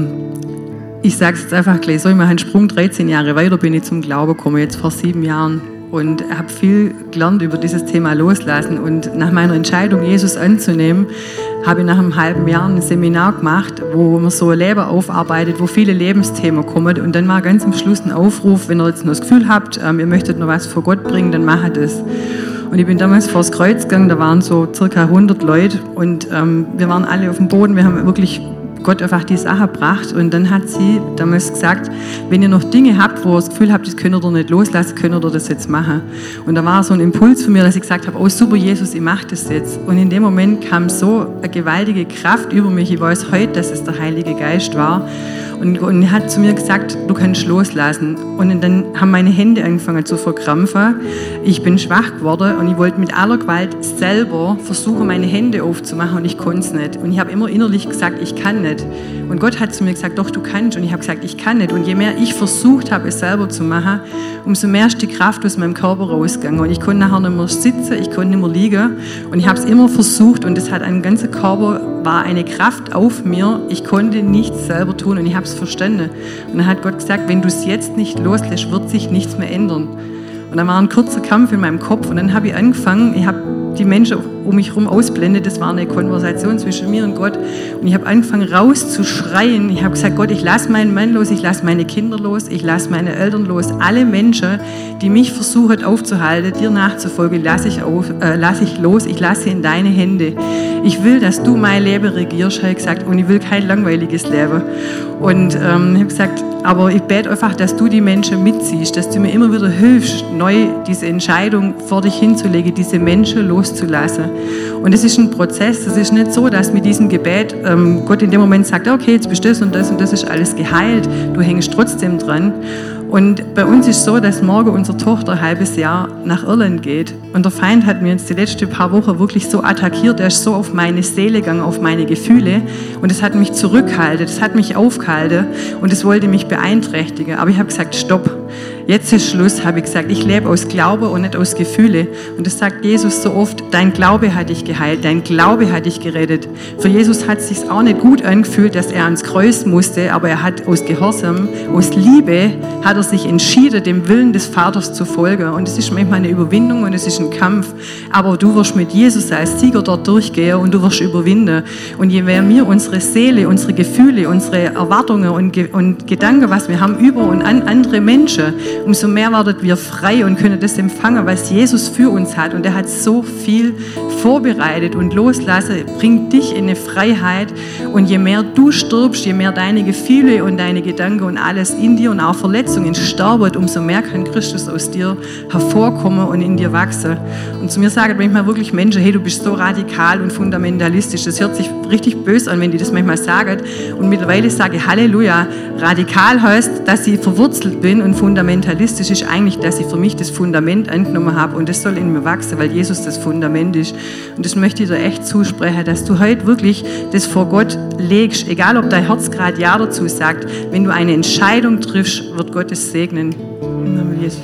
ich sage es jetzt einfach gleich so, ich mache einen Sprung 13 Jahre weiter, bin ich zum Glauben gekommen, jetzt vor 7 Jahren. Und habe viel gelernt über dieses Thema Loslassen. Und nach meiner Entscheidung, Jesus anzunehmen, habe ich nach einem halben Jahr ein Seminar gemacht, wo man so ein Leben aufarbeitet, wo viele Lebensthemen kommen. Und dann war ganz am Schluss ein Aufruf, wenn ihr jetzt noch das Gefühl habt, ihr möchtet noch was vor Gott bringen, dann macht das. Und ich bin damals vors Kreuz gegangen, da waren so circa 100 Leute und wir waren alle auf dem Boden, wir haben wirklich Gott einfach die Sache gebracht. Und dann hat sie damals gesagt, wenn ihr noch Dinge habt, wo ihr das Gefühl habt, das könnt ihr nicht loslassen, könnt ihr das jetzt machen. Und da war so ein Impuls von mir, dass ich gesagt habe, oh super Jesus, ich mache das jetzt. Und in dem Moment kam so eine gewaltige Kraft über mich. Ich weiß heute, dass es der Heilige Geist war. Und er hat zu mir gesagt, du kannst loslassen. Und dann haben meine Hände angefangen zu verkrampfen. Ich bin schwach geworden und ich wollte mit aller Gewalt selber versuchen, meine Hände aufzumachen und ich konnte es nicht. Und ich habe immer innerlich gesagt, ich kann nicht. Und Gott hat zu mir gesagt, doch, du kannst. Und ich habe gesagt, ich kann nicht. Und je mehr ich versucht habe, es selber zu machen, umso mehr ist die Kraft aus meinem Körper rausgegangen. Und ich konnte nachher nicht mehr sitzen, ich konnte nicht mehr liegen. Und ich habe es immer versucht und es hat ein ganzer Körper, war eine Kraft auf mir. Ich konnte nichts selber tun und ich habe es verstanden. Und dann hat Gott gesagt, wenn du es jetzt nicht loslässt, wird sich nichts mehr ändern. Und dann war ein kurzer Kampf in meinem Kopf und dann habe ich angefangen, ich habe die Menschen um mich herum ausblendet, das war eine Konversation zwischen mir und Gott und ich habe angefangen rauszuschreien, ich habe gesagt, Gott, ich lasse meinen Mann los, ich lasse meine Kinder los, ich lasse meine Eltern los, alle Menschen, die mich versuchen aufzuhalten, dir nachzufolgen, lasse ich los, ich lasse sie in deine Hände. Ich will, dass du mein Leben regierst, habe ich gesagt, und ich will kein langweiliges Leben. Und ich habe gesagt, aber ich bete einfach, dass du die Menschen mitziehst, dass du mir immer wieder hilfst, neu diese Entscheidung vor dich hinzulegen, diese Menschen loszulassen. Und es ist ein Prozess, es ist nicht so, dass mit diesem Gebet Gott in dem Moment sagt, okay, jetzt bist du das und das ist alles geheilt, du hängst trotzdem dran. Und bei uns ist so, dass morgen unsere Tochter ein halbes Jahr nach Irland geht. Und der Feind hat mir jetzt die letzten paar Wochen wirklich so attackiert, er ist so auf meine Seele gegangen, auf meine Gefühle. Und es hat mich zurückgehalten, es hat mich aufgehalten und es wollte mich beeinträchtigen. Aber ich habe gesagt, stopp, jetzt ist Schluss, habe ich gesagt. Ich lebe aus Glaube und nicht aus Gefühle. Und das sagt Jesus so oft, dein Glaube hat dich geheilt, dein Glaube hat dich gerettet. Für Jesus hat es sich auch nicht gut angefühlt, dass er ans Kreuz musste, aber er hat aus Gehorsam, aus Liebe, hat er sich entschieden, dem Willen des Vaters zu folgen. Und es ist manchmal eine Überwindung und es ist ein Kampf. Aber du wirst mit Jesus als Sieger dort durchgehen und du wirst überwinden. Und je mehr wir unsere Seele, unsere Gefühle, unsere Erwartungen und Gedanken, was wir haben über und an andere Menschen, umso mehr werden wir frei und können das empfangen, was Jesus für uns hat. Und er hat so viel vorbereitet und loslassen bringt dich in eine Freiheit. Und je mehr du stirbst, je mehr deine Gefühle und deine Gedanken und alles in dir und auch Verletzungen sterben, umso mehr kann Christus aus dir hervorkommen und in dir wachsen. Und zu mir sagen manchmal wirklich Menschen, hey, du bist so radikal und fundamentalistisch. Das hört sich richtig böse an, wenn die das manchmal sagen. Und mittlerweile sage ich, Halleluja, radikal heißt, dass ich verwurzelt bin und fundamentalistisch ist eigentlich, dass ich für mich das Fundament angenommen habe und das soll in mir wachsen, weil Jesus das Fundament ist. Und das möchte ich dir echt zusprechen, dass du heute wirklich das vor Gott legst, egal ob dein Herz gerade Ja dazu sagt, wenn du eine Entscheidung triffst, wird Gott es segnen. Im Namen Jesus.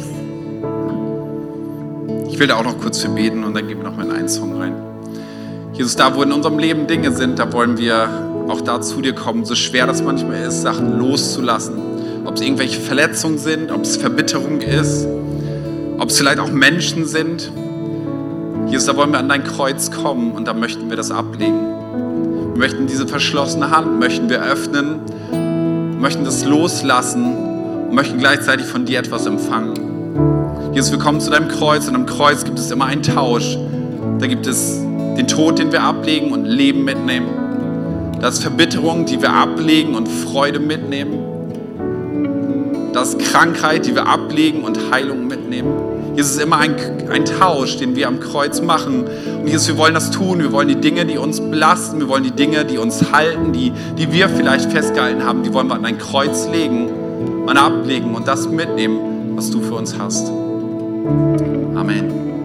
Ich will da auch noch kurz für beten und dann gehen wir noch mal in einen Song rein. Jesus, da wo in unserem Leben Dinge sind, da wollen wir auch da zu dir kommen, so schwer das manchmal ist, Sachen loszulassen. Ob es irgendwelche Verletzungen sind, ob es Verbitterung ist, ob es vielleicht auch Menschen sind. Jesus, da wollen wir an dein Kreuz kommen und da möchten wir das ablegen. Wir möchten diese verschlossene Hand, möchten wir öffnen, möchten das loslassen und möchten gleichzeitig von dir etwas empfangen. Jesus, wir kommen zu deinem Kreuz und am Kreuz gibt es immer einen Tausch. Da gibt es den Tod, den wir ablegen und Leben mitnehmen. Da ist Verbitterung, die wir ablegen und Freude mitnehmen. Da ist Krankheit, die wir ablegen und Heilung mitnehmen. Jesus, ist immer ein Tausch, den wir am Kreuz machen. Und Jesus, wir wollen das tun. Wir wollen die Dinge, die uns belasten, wir wollen die Dinge, die uns halten, die wir vielleicht festgehalten haben, die wollen wir an dein Kreuz legen, ablegen und das mitnehmen, was du für uns hast. Amen.